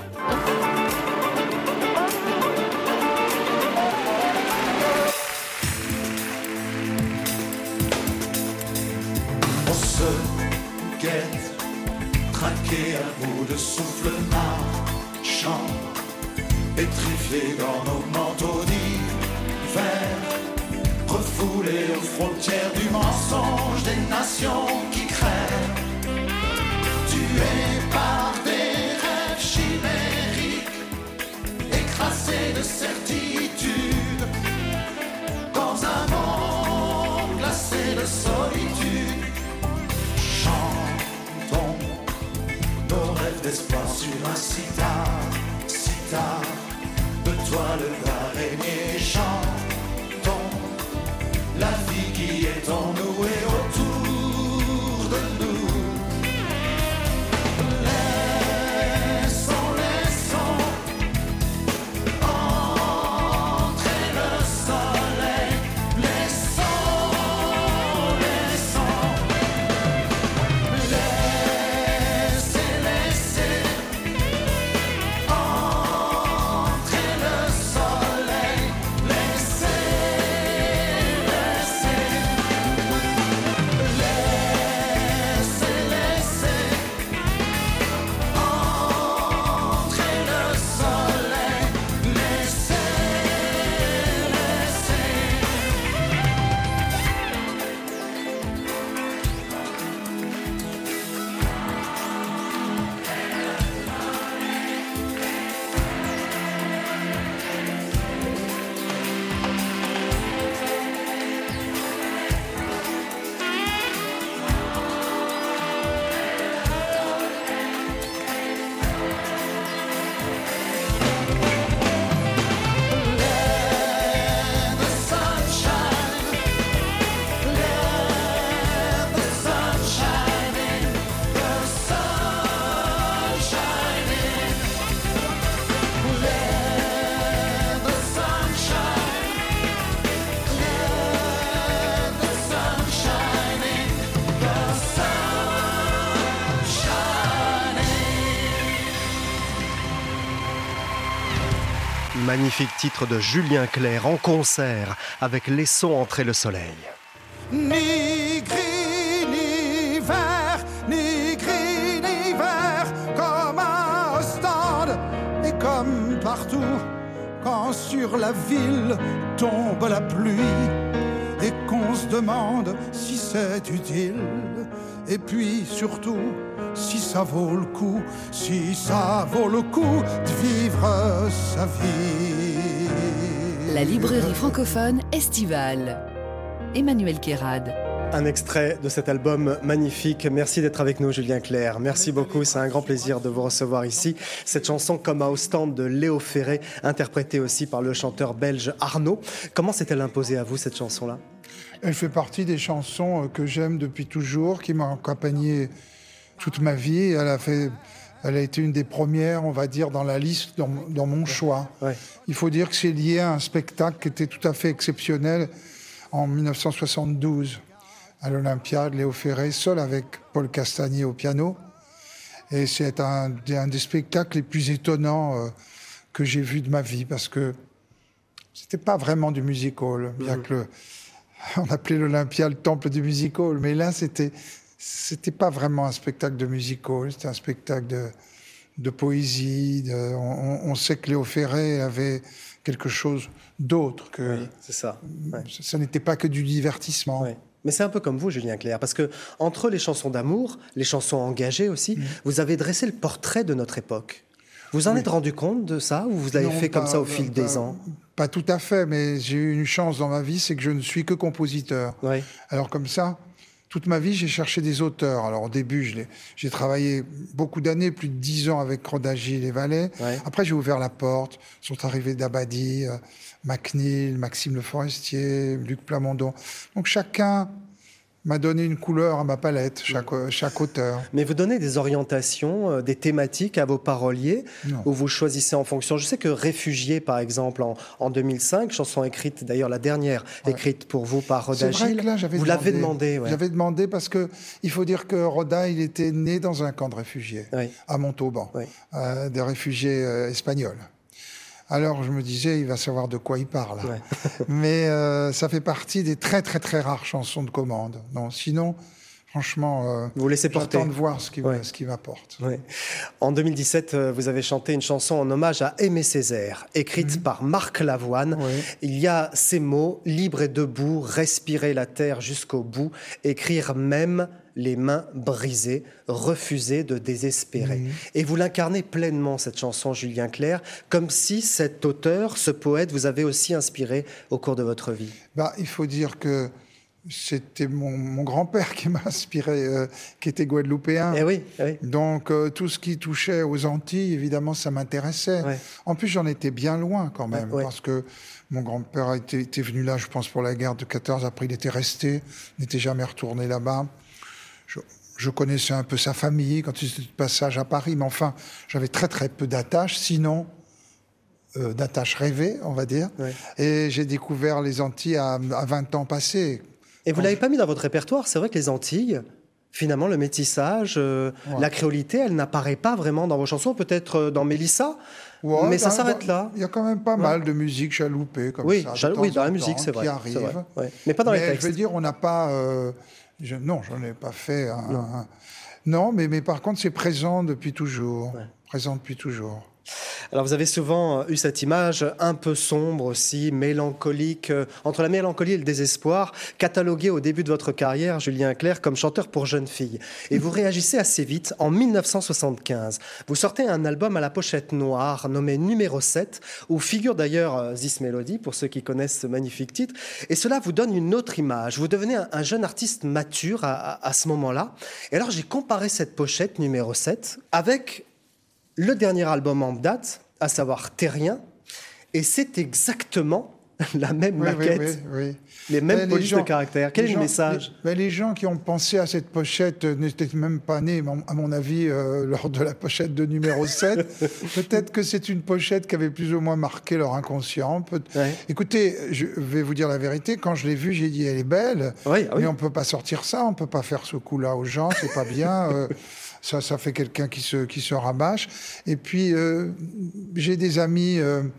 Traqué à bout de souffle marchant, pétrifié dans nos manteaux d'hiver, refoulé aux frontières du mensonge des nations qui crèvent, tués par des rêves chimériques, écrasés de certitude, dans un monde glacé de solitude. D'espoir sur un sitar, sitar, de toile d'araignée, chantons la vie qui est en nous et autour magnifique titre de Julien Clerc en concert avec Les sons entrer le soleil. Ni gris ni vert, ni gris ni vert, comme à Ostende et comme partout, quand sur la ville tombe la pluie et qu'on se demande si c'est utile, et puis surtout si ça vaut le coup, si ça vaut le coup de vivre sa vie. La librairie francophone estivale. Emmanuel Guérard. Un extrait de cet album magnifique. Merci d'être avec nous, Julien Clerc. Merci beaucoup, c'est un grand plaisir de vous recevoir ici. Cette chanson, Comme à Ostende, de Léo Ferré, interprétée aussi par le chanteur belge Arnaud. Comment s'est-elle imposée à vous, cette chanson-là ? Elle fait partie des chansons que j'aime depuis toujours, qui m'ont accompagné toute ma vie. Elle a fait... Elle a été une des premières, on va dire, dans la liste, dans, dans mon choix. Ouais. Il faut dire que c'est lié à un spectacle qui était tout à fait exceptionnel en dix-neuf cent soixante-douze à l'Olympia, de Léo Ferré, seul avec Paul Castagnier au piano. Et c'est un, un des spectacles les plus étonnants euh, que j'ai vus de ma vie, parce que c'était pas vraiment du music hall, bien mmh. que le, on appelait l'Olympia le temple du music hall, mais là c'était c'était pas vraiment un spectacle de music hall, c'était un spectacle de, de poésie. De, on, on sait que Léo Ferré avait quelque chose d'autre que... Oui, c'est ça. Ouais. Ça, ça n'était pas que du divertissement. Ouais. Mais c'est un peu comme vous, Julien Clerc, parce que entre les chansons d'amour, les chansons engagées aussi, mmh. vous avez dressé le portrait de notre époque. Vous en oui. êtes rendu compte de ça, ou vous l'avez non, fait pas, comme ça au fil pas, des ans ? Pas tout à fait, mais j'ai eu une chance dans ma vie, c'est que je ne suis que compositeur. Oui. Alors comme ça... Toute ma vie, j'ai cherché des auteurs. Alors, au début, je j'ai travaillé beaucoup d'années, plus de dix ans avec Rodagil et Vallet. Ouais. Après, j'ai ouvert la porte. Sont arrivés Dabadi, euh, MacNeil, Maxime Le Forestier, Luc Plamondon. Donc, chacun m'a donné une couleur à ma palette, chaque, chaque auteur. Mais vous donnez des orientations, euh, des thématiques à vos paroliers, non. où vous choisissez en fonction. Je sais que Réfugié, par exemple, en, en deux mille cinq, chanson écrite, d'ailleurs la dernière, ouais. écrite pour vous par Roda Gilles. Là, vous demandé, l'avez demandé. Ouais. J'avais demandé parce que il faut dire que Roda, il était né dans un camp de réfugiés, oui. à Montauban, oui. euh, des réfugiés euh, espagnols. Alors, je me disais, il va savoir de quoi il parle. Ouais. Mais euh, ça fait partie des très, très, très rares chansons de commande. Non, sinon, franchement, euh, vous laissez porter. J'attends de voir ce qu'il ouais. ce qu'il m'apporte. Ouais. En deux mille dix-sept, vous avez chanté une chanson en hommage à Aimé Césaire, écrite mmh. par Marc Lavoine. Ouais. Il y a ces mots, libre et debout, respirer la terre jusqu'au bout, écrire même... les mains brisées, refuser de désespérer. Mmh. Et vous l'incarnez pleinement, cette chanson, Julien Clerc, comme si cet auteur, ce poète, vous avait aussi inspiré au cours de votre vie. Bah, il faut dire que c'était mon, mon grand-père qui m'a inspiré, euh, qui était guadeloupéen. Eh oui, eh oui. Donc, euh, tout ce qui touchait aux Antilles, évidemment, ça m'intéressait. Ouais. En plus, j'en étais bien loin, quand même, ouais. parce que mon grand-père était, était venu là, je pense, pour la guerre de quatorze. Après, il était resté, n'était jamais retourné là-bas. Je, je connaissais un peu sa famille quand il était de passage à Paris, mais enfin, j'avais très très peu d'attaches, sinon euh, d'attaches rêvées, on va dire. Ouais. Et j'ai découvert les Antilles à, à vingt ans passés. Et vous ne l'avez pas mis dans votre répertoire, c'est vrai que les Antilles, finalement, le métissage, euh, ouais. la créolité, elle n'apparaît pas vraiment dans vos chansons, peut-être dans Mélissa, ouais, mais ça s'arrête là. Il y a quand même pas ouais. mal de musique chaloupée comme oui, ça. Chal- oui, dans la musique, c'est vrai. Qui arrive. Vrai, ouais. Mais pas dans mais les textes. Je veux dire, on n'a pas... Euh, Je, non, je n'en ai pas fait. Un, non, un, non mais, mais par contre, c'est présent depuis toujours. Ouais. Présent depuis toujours. Alors, vous avez souvent eu cette image un peu sombre aussi, mélancolique, euh, entre la mélancolie et le désespoir, cataloguée au début de votre carrière, Julien Clerc, comme chanteur pour jeunes filles. Et vous réagissez assez vite. En dix-neuf cent soixante-quinze, vous sortez un album à la pochette noire, nommé Numéro sept, où figure d'ailleurs This Melody, pour ceux qui connaissent ce magnifique titre. Et cela vous donne une autre image. Vous devenez un, un jeune artiste mature à, à, à ce moment-là. Et alors, j'ai comparé cette pochette, Numéro sept, avec... le dernier album en date, à savoir Terrien, et c'est exactement la même oui, maquette, oui, oui, oui. les mêmes polices gens, de caractère. Quel est gens, le message ? les, les gens qui ont pensé à cette pochette n'étaient même pas nés, à mon avis, euh, lors de la pochette de Numéro sept. Peut-être que c'est une pochette qui avait plus ou moins marqué leur inconscient. Peut- ouais. Écoutez, je vais vous dire la vérité, quand je l'ai vue, j'ai dit, elle est belle, oui, oui. mais on ne peut pas sortir ça, on ne peut pas faire ce coup-là aux gens, c'est pas bien... Euh, Ça, ça fait quelqu'un qui se, qui se rabâche. Et puis, euh, j'ai des amis euh,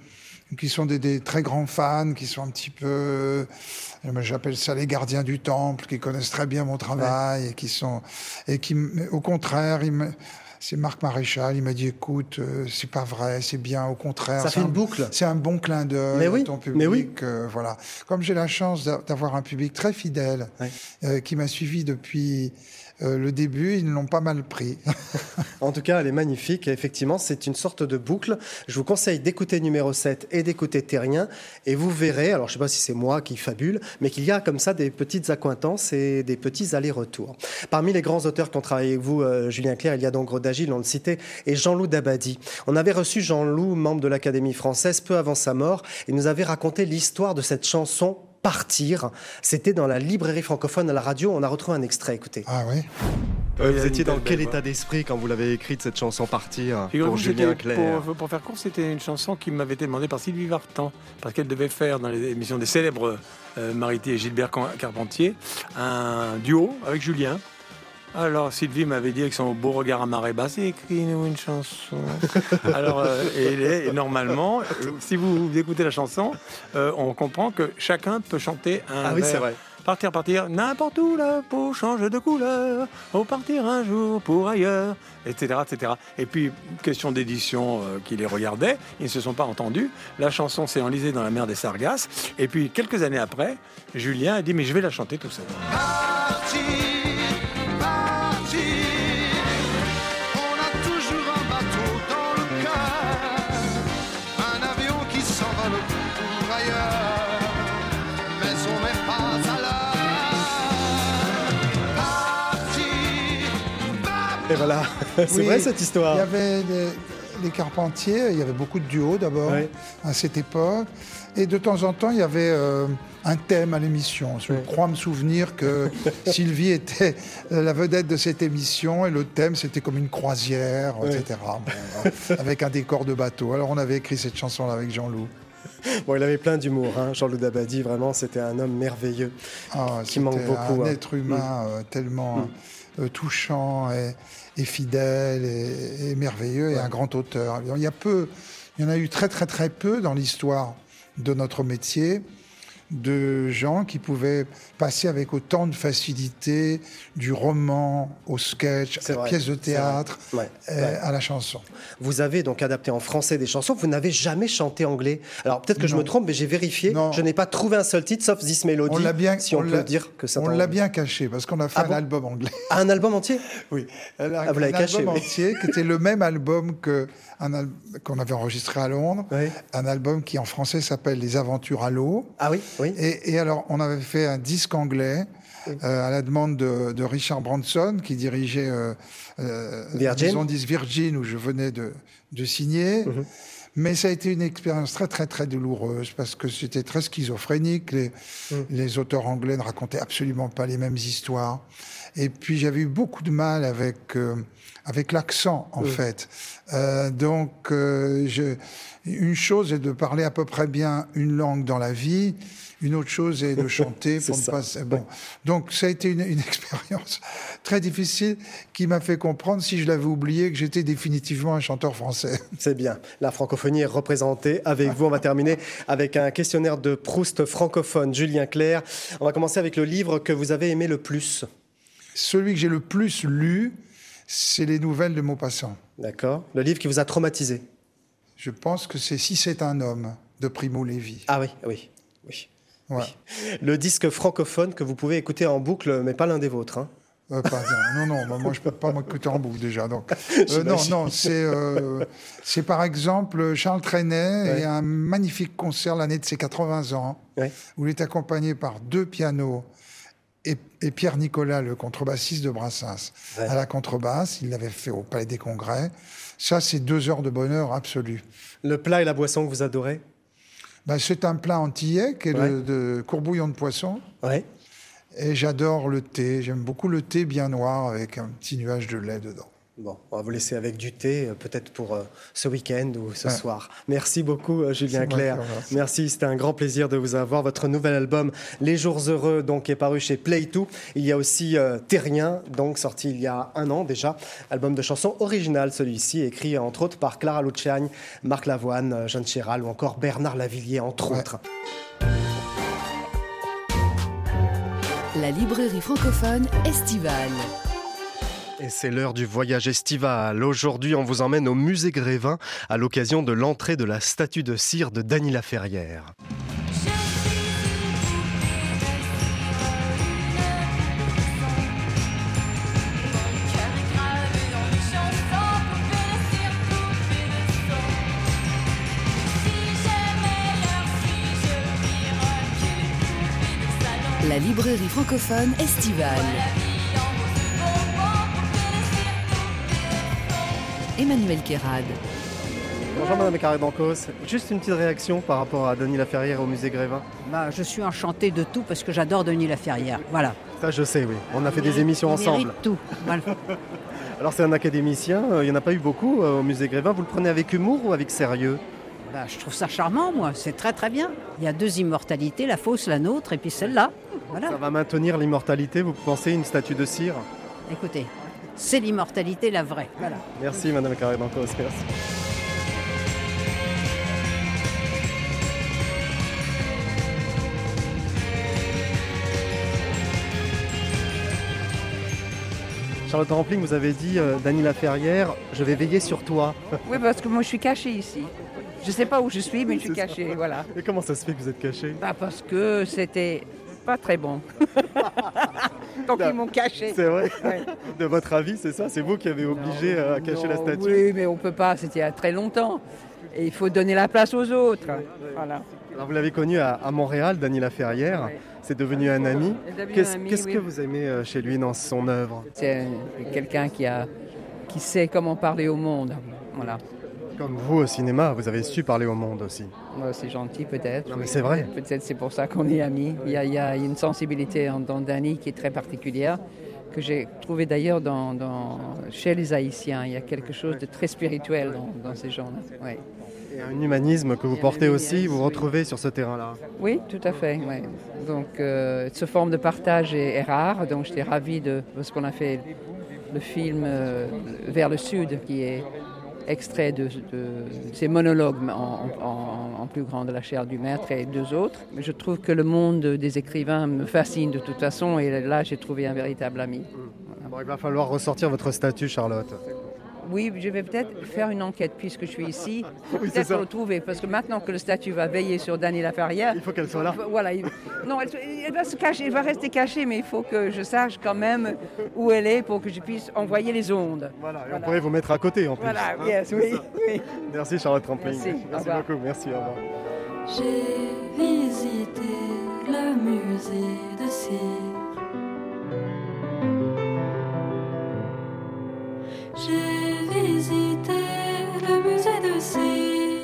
qui sont des, des très grands fans, qui sont un petit peu, euh, j'appelle ça les gardiens du temple, qui connaissent très bien mon travail ouais. et qui sont, et qui, au contraire, ils me, c'est Marc Maréchal, il m'a dit écoute, euh, c'est pas vrai, c'est bien, au contraire. Ça fait un, une boucle. C'est un bon clin d'œil mais oui, à ton public. Mais oui. euh, voilà. Comme j'ai la chance d'avoir un public très fidèle, ouais. euh, qui m'a suivi depuis euh, le début, ils l'ont pas mal pris. En tout cas, elle est magnifique. Et effectivement, c'est une sorte de boucle. Je vous conseille d'écouter numéro sept et d'écouter Terrien. Et vous verrez, alors je ne sais pas si c'est moi qui fabule, mais qu'il y a comme ça des petites accointances et des petits allers-retours. Parmi les grands auteurs qui ont travaillé avec vous, euh, Julien Clerc, il y a donc Rodagil, on le citait, et Jean-Loup Dabadi. On avait reçu Jean-Loup, membre de l'Académie française, peu avant sa mort, et nous avait raconté l'histoire de cette chanson Partir. C'était dans la librairie francophone à la radio. On a retrouvé un extrait, écoutez. Ah oui. Euh, vous étiez dans quel état d'esprit quand vous l'avez écrite, cette chanson Partir, pour Julien Clerc? pour, pour faire court, c'était une chanson qui m'avait été demandée par Sylvie Vartan, parce qu'elle devait faire dans les émissions des célèbres euh, Mariti et Gilbert Carpentier un duo avec Julien. Alors Sylvie m'avait dit avec son beau regard à marée basse, écris-nous une chanson. Alors euh, et, et normalement, euh, si vous, vous écoutez la chanson, euh, on comprend que chacun peut chanter un ah oui, vers. C'est vrai. Partir, partir, n'importe où la peau change de couleur, au partir un jour pour ailleurs, et cetera, et cetera. Et puis, question d'édition euh, qui les regardait, ils ne se sont pas entendus. La chanson s'est enlisée dans la mer des Sargasses. Et puis, quelques années après, Julien a dit, mais je vais la chanter tout seul. Partir. Et voilà, c'est oui, vrai cette histoire. Il y avait les, les Carpentiers, il y avait beaucoup de duos d'abord oui. à cette époque. Et de temps en temps, il y avait euh, un thème à l'émission. Je oui. crois me souvenir que Sylvie était la vedette de cette émission et le thème, c'était comme une croisière, oui. et cetera. Bon, avec un décor de bateau. Alors on avait écrit cette chanson-là avec Jean-Loup. Bon, il avait plein d'humour, hein. Jean-Loup Dabadi, vraiment, c'était un homme merveilleux ah, qui manque beaucoup. Un hein. être humain mmh. euh, tellement mmh. euh, touchant et, et fidèle et, et merveilleux ouais. et un grand auteur. Il y a peu, il y en a eu très très très peu dans l'histoire de notre métier de gens qui pouvaient passer avec autant de facilité du roman au sketch, à la pièce de théâtre, ouais, euh, ouais. à la chanson. Vous avez donc adapté en français des chansons, vous n'avez jamais chanté anglais. Alors peut-être que non. je me trompe, mais j'ai vérifié, non. je n'ai pas trouvé un seul titre, sauf This Melody, on l'a bien, si on, on peut dire que ça... On l'a bien caché, parce qu'on a fait ah un bon album anglais. Ah, un album entier? Oui. Alors, ah, vous l'avez caché, album oui. entier, qui était le même album que un al- qu'on avait enregistré à Londres, oui. un album qui en français s'appelle Les Aventures à l'eau. Ah oui, oui. Et, et alors, on avait fait un disque anglais oui. euh, à la demande de, de Richard Branson, qui dirigeait euh, euh, la maison disque Virgin, où je venais de, de signer. Mm-hmm. Mais ça a été une expérience très, très, très douloureuse, parce que c'était très schizophrénique. Les, mm. les auteurs anglais ne racontaient absolument pas les mêmes histoires. Et puis, j'avais eu beaucoup de mal avec... Euh, avec l'accent, en oui. fait. Euh, donc, euh, je, une chose est de parler à peu près bien une langue dans la vie, une autre chose est de chanter pour ne pas... Bon. Ouais. Donc, ça a été une, une expérience très difficile qui m'a fait comprendre, si je l'avais oublié, que j'étais définitivement un chanteur français. C'est bien. La francophonie est représentée avec vous. On va terminer avec un questionnaire de Proust francophone. Julien Clerc, on va commencer avec le livre que vous avez aimé le plus. Celui que j'ai le plus lu, c'est les nouvelles de Maupassant. D'accord. Le livre qui vous a traumatisé? Je pense que c'est Si c'est un homme, de Primo Levi. Ah oui, oui, oui. Ouais. oui. Le disque francophone que vous pouvez écouter en boucle, mais pas l'un des vôtres. Hein. Euh, pas, non, non, bah, moi je ne peux pas m'écouter en boucle déjà. Donc. Euh, non, non, c'est, euh, c'est par exemple Charles Trenet ouais. et un magnifique concert l'année de ses quatre-vingts ans, ouais. où il est accompagné par deux pianos. Et, et Pierre Nicolas, le contrebassiste de Brassens, ouais. à la contrebasse. Il l'avait fait au Palais des Congrès. Ça, c'est deux heures de bonheur absolu. Le plat et la boisson que vous adorez? Ben, c'est un plat antillais qui est ouais. de, de courbouillon de poisson. Ouais. Et j'adore le thé. J'aime beaucoup le thé bien noir avec un petit nuage de lait dedans. Bon, on va vous laisser avec du thé, euh, peut-être pour euh, ce week-end ou ce Ouais. soir. Merci beaucoup, euh, Julien C'est moi Clerc. qui vous remercie. Merci, c'était un grand plaisir de vous avoir. Votre nouvel album, Les Jours Heureux, donc, est paru chez Play deux. Il y a aussi euh, Terrien, donc sorti il y a un an déjà. Album de chansons originales, celui-ci, écrit entre autres par Clara Luciani, Marc Lavoine, euh, Jeanne Chéral ou encore Bernard Lavillier, entre Ouais. autres. La librairie francophone estivale. Et c'est l'heure du voyage estival. Aujourd'hui, on vous emmène au musée Grévin à l'occasion de l'entrée de la statue de cire de Dany Laferrière. La librairie francophone estivale. Emmanuel Kérad. Bonjour Madame Carré-Dancos. Juste une petite réaction par rapport à Dany Laferrière au musée Grévin. Bah, je suis enchantée de tout parce que j'adore Dany Laferrière. Voilà. Ça, je sais, oui. On a fait des Il émissions mérite ensemble. tout. Voilà. Alors, c'est un académicien. euh, Il n'y en a pas eu beaucoup euh, au musée Grévin. Vous le prenez avec humour ou avec sérieux? Bah, je trouve ça charmant, moi. C'est très très bien. Il y a deux immortalités, la fausse, la nôtre, et puis celle-là. Voilà. Ça va maintenir l'immortalité, vous pensez, une statue de cire? Écoutez, c'est l'immortalité, la vraie. Voilà. Merci Madame Carré-Dancos. Merci. Charlotte Rampling, vous avez dit, euh, Dany Laferrière, je vais veiller sur toi. Oui, parce que moi je suis cachée ici. Je ne sais pas où je suis, mais je suis cachée, voilà. Et comment ça se fait que vous êtes caché? Bah, parce que c'était pas très bon. Donc ils m'ont caché. C'est vrai. Ouais. De votre avis, c'est ça? C'est vous qui avez obligé euh, à cacher la Non, statue? Oui, mais on peut pas, c'était il y a très longtemps. Et il faut donner la place aux autres. Voilà. Alors vous l'avez connu à, à Montréal, Dany Laferrière. Oui. C'est devenu un ami. C'est devenu Qu'est-ce un ami, qu'est-ce oui. que vous aimez euh, chez lui dans son œuvre? C'est quelqu'un qui, a, qui sait comment parler au monde. Voilà. Comme vous au cinéma, vous avez su parler au monde aussi. Ouais, c'est gentil peut-être. Non, mais c'est vrai. Peut-être c'est pour ça qu'on est amis. Il y a, il y a une sensibilité en- dans Dany qui est très particulière, que j'ai trouvé d'ailleurs dans, dans- chez les Haïtiens. Il y a quelque chose de très spirituel dans, dans ces gens-là. Ouais. Et un humanisme que vous Et un portez aussi, humanisme, vous oui. retrouvez sur ce terrain-là. Oui, tout à fait. Ouais. Donc, euh, cette forme de partage est, est rare. Donc, j'étais ravie de parce qu'on a fait le film euh, Vers le Sud, qui est extrait de, de ces monologues en, en- en plus grand de la chair du maître et deux autres. Mais je trouve que le monde des écrivains me fascine de toute façon. Et là, j'ai trouvé un véritable ami. Bon, il va falloir ressortir votre statue, Charlotte. Oui, je vais peut-être faire une enquête puisque je suis ici. c'est Peut-être ça. pour le trouver, parce que maintenant que le statut va veiller sur Dany Laferrière, il faut qu'elle soit là. Voilà, il- non, elle, elle va se cacher, elle va rester cachée, mais il faut que je sache quand même où elle est pour que je puisse envoyer les ondes. Voilà, et on pourrait vous mettre à côté en plus. Voilà, Hein, yes, c'est oui, ça. oui. Merci Charlotte Rampling. Merci, au Merci revoir. beaucoup, merci, au revoir. J'ai visité le musée de cire. J'ai visité le musée de cire.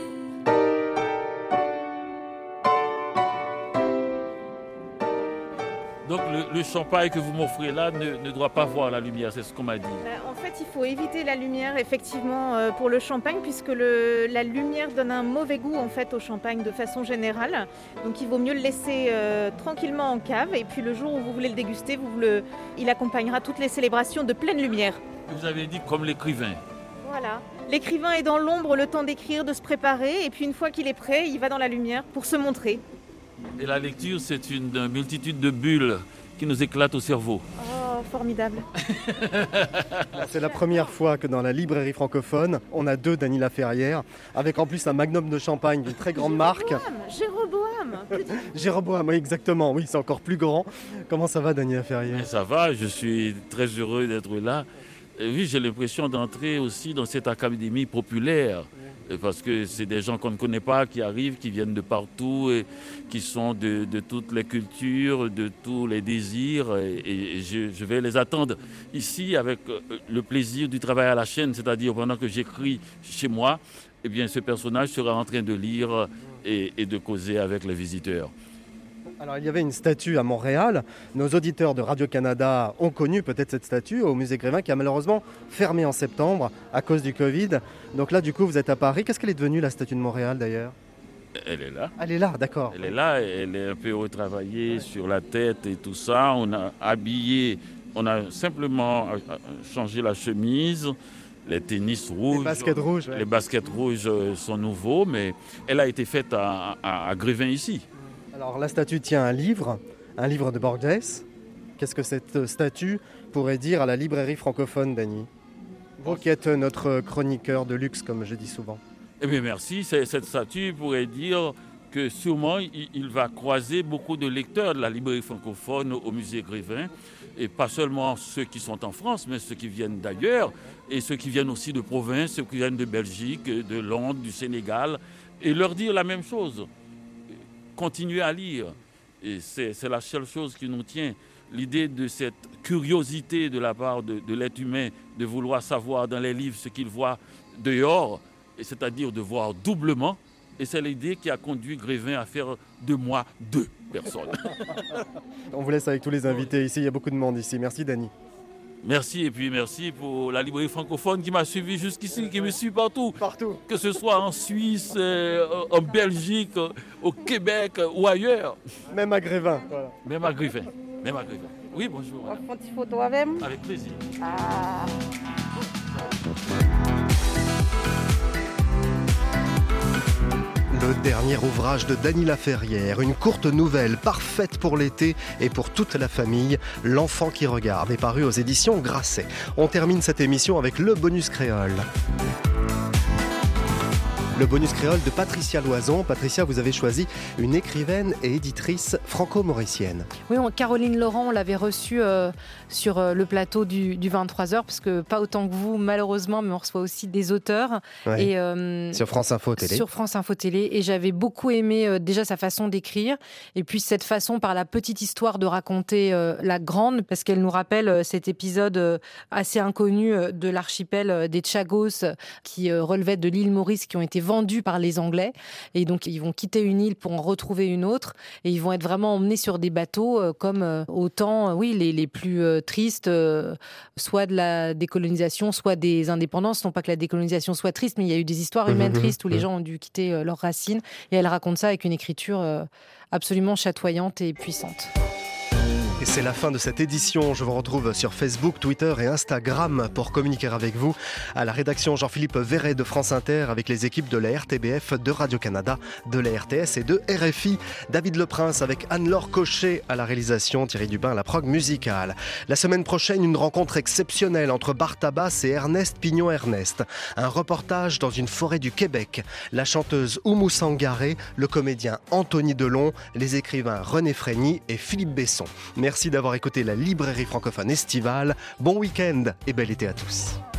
Donc le, le champagne que vous m'offrez là ne, ne doit pas voir la lumière, c'est ce qu'on m'a dit. Bah, en fait, il faut éviter la lumière effectivement euh, pour le champagne puisque le- la lumière donne un mauvais goût en fait au champagne de façon générale. Donc il vaut mieux le laisser euh, tranquillement en cave et puis le jour où vous voulez le déguster, vous le, il accompagnera toutes les célébrations de pleine lumière. Vous avez dit comme l'écrivain. Voilà. L'écrivain est dans l'ombre le temps d'écrire, de se préparer et puis une fois qu'il est prêt, il va dans la lumière pour se montrer. Et la lecture, c'est une multitude de bulles qui nous éclatent au cerveau. Oh, formidable. C'est la première fois que dans la librairie francophone, on a deux Dany Laferrière, avec en plus un magnum de champagne d'une très grande marque. Jéroboam. Jéroboam, oui, exactement, oui, c'est encore plus grand. Comment ça va, Dany Laferrière? Et ça va, je suis très heureux d'être là. Et oui, j'ai l'impression d'entrer aussi dans cette académie populaire. Parce que c'est des gens qu'on ne connaît pas qui arrivent, qui viennent de partout, et qui sont de, de toutes les cultures, de tous les désirs. Et, et je, je vais les attendre ici avec le plaisir du travail à la chaîne, c'est-à-dire pendant que j'écris chez moi, eh bien, ce personnage sera en train de lire et, et de causer avec les visiteurs. Alors il y avait une statue à Montréal. Nos auditeurs de Radio-Canada ont connu peut-être cette statue au musée Grévin qui a malheureusement fermé en septembre à cause du Covid. Donc là du coup vous êtes à Paris. Qu'est-ce qu'elle est devenue la statue de Montréal d'ailleurs ? Elle est là. Elle est là, d'accord. Elle est là, elle est un peu retravaillée sur la tête et tout ça. On a habillé, on a simplement changé la chemise, les tennis rouges. Les baskets rouges. Ouais. Les baskets rouges sont nouveaux, mais elle a été faite à, à, à Grévin ici. Alors la statue tient un livre, un livre de Borges. Qu'est-ce que cette statue pourrait dire à la librairie francophone, Dany ? Vous qui êtes notre chroniqueur de luxe, comme je dis souvent. Eh bien merci, cette statue pourrait dire que sûrement il, il va croiser beaucoup de lecteurs de la librairie francophone au musée Grévin, et pas seulement ceux qui sont en France, mais ceux qui viennent d'ailleurs, et ceux qui viennent aussi de province, ceux qui viennent de Belgique, de Londres, du Sénégal, et leur dire la même chose. Continuez à lire, et c'est, c'est la seule chose qui nous tient. L'idée de cette curiosité de la part de, de l'être humain, de vouloir savoir dans les livres ce qu'il voit dehors, et c'est-à-dire de voir doublement. Et c'est l'idée qui a conduit Grévin à faire de moi deux personnes. On vous laisse avec tous les invités ici, il y a beaucoup de monde ici. Merci Dany. Merci, et puis merci pour la librairie francophone qui m'a suivi jusqu'ici, qui me suit partout. Partout. Que ce soit en Suisse, euh, en Belgique, au Québec ou ailleurs. Même à Grévin. Voilà. Même à Grévin. Même à Grévin. Oui, bonjour. On prend une petite photo avec. Avec plaisir. Ah. Le dernier ouvrage de Dany Laferrière, une courte nouvelle parfaite pour l'été et pour toute la famille, L'enfant qui regarde, est paru aux éditions Grasset. On termine cette émission avec le bonus créole. Le bonus créole de Patricia Loison. Patricia, vous avez choisi une écrivaine et éditrice franco-mauricienne. Oui, on, Caroline Laurent, on l'avait reçue euh, sur euh, le plateau du, du vingt-trois heures, parce que pas autant que vous, malheureusement, mais on reçoit aussi des auteurs. Ouais. Et, euh, sur France Info Télé. Sur France Info Télé. Et j'avais beaucoup aimé euh, déjà sa façon d'écrire, et puis cette façon par la petite histoire de raconter euh, la grande, parce qu'elle nous rappelle euh, cet épisode euh, assez inconnu euh, de l'archipel euh, des Chagos, euh, qui euh, relevait de l'île Maurice, qui ont été vendus par les Anglais, et donc ils vont quitter une île pour en retrouver une autre, et ils vont être vraiment emmenés sur des bateaux euh, comme euh, au temps, euh, oui, les, les plus euh, tristes, euh, soit de la décolonisation, soit des indépendances. Non pas que la décolonisation soit triste, mais il y a eu des histoires humaines mmh, tristes où mmh. les gens ont dû quitter euh, leurs racines, et elle raconte ça avec une écriture euh, absolument chatoyante et puissante. Et c'est la fin de cette édition. Je vous retrouve sur Facebook, Twitter et Instagram pour communiquer avec vous. À la rédaction, Jean-Philippe Verret de France Inter avec les équipes de la R T B F, de Radio-Canada, de la R T S et de R F I. David Leprince avec Anne-Laure Cochet à la réalisation, Thierry Dubin à la prog musicale. La semaine prochaine, une rencontre exceptionnelle entre Bart Abbas et Ernest Pignon-Ernest. Un reportage dans une forêt du Québec. La chanteuse Oumou Sangaré, le comédien Anthony Delon, les écrivains René Frény et Philippe Besson. Merci d'avoir écouté la librairie francophone estivale. Bon week-end et bel été à tous.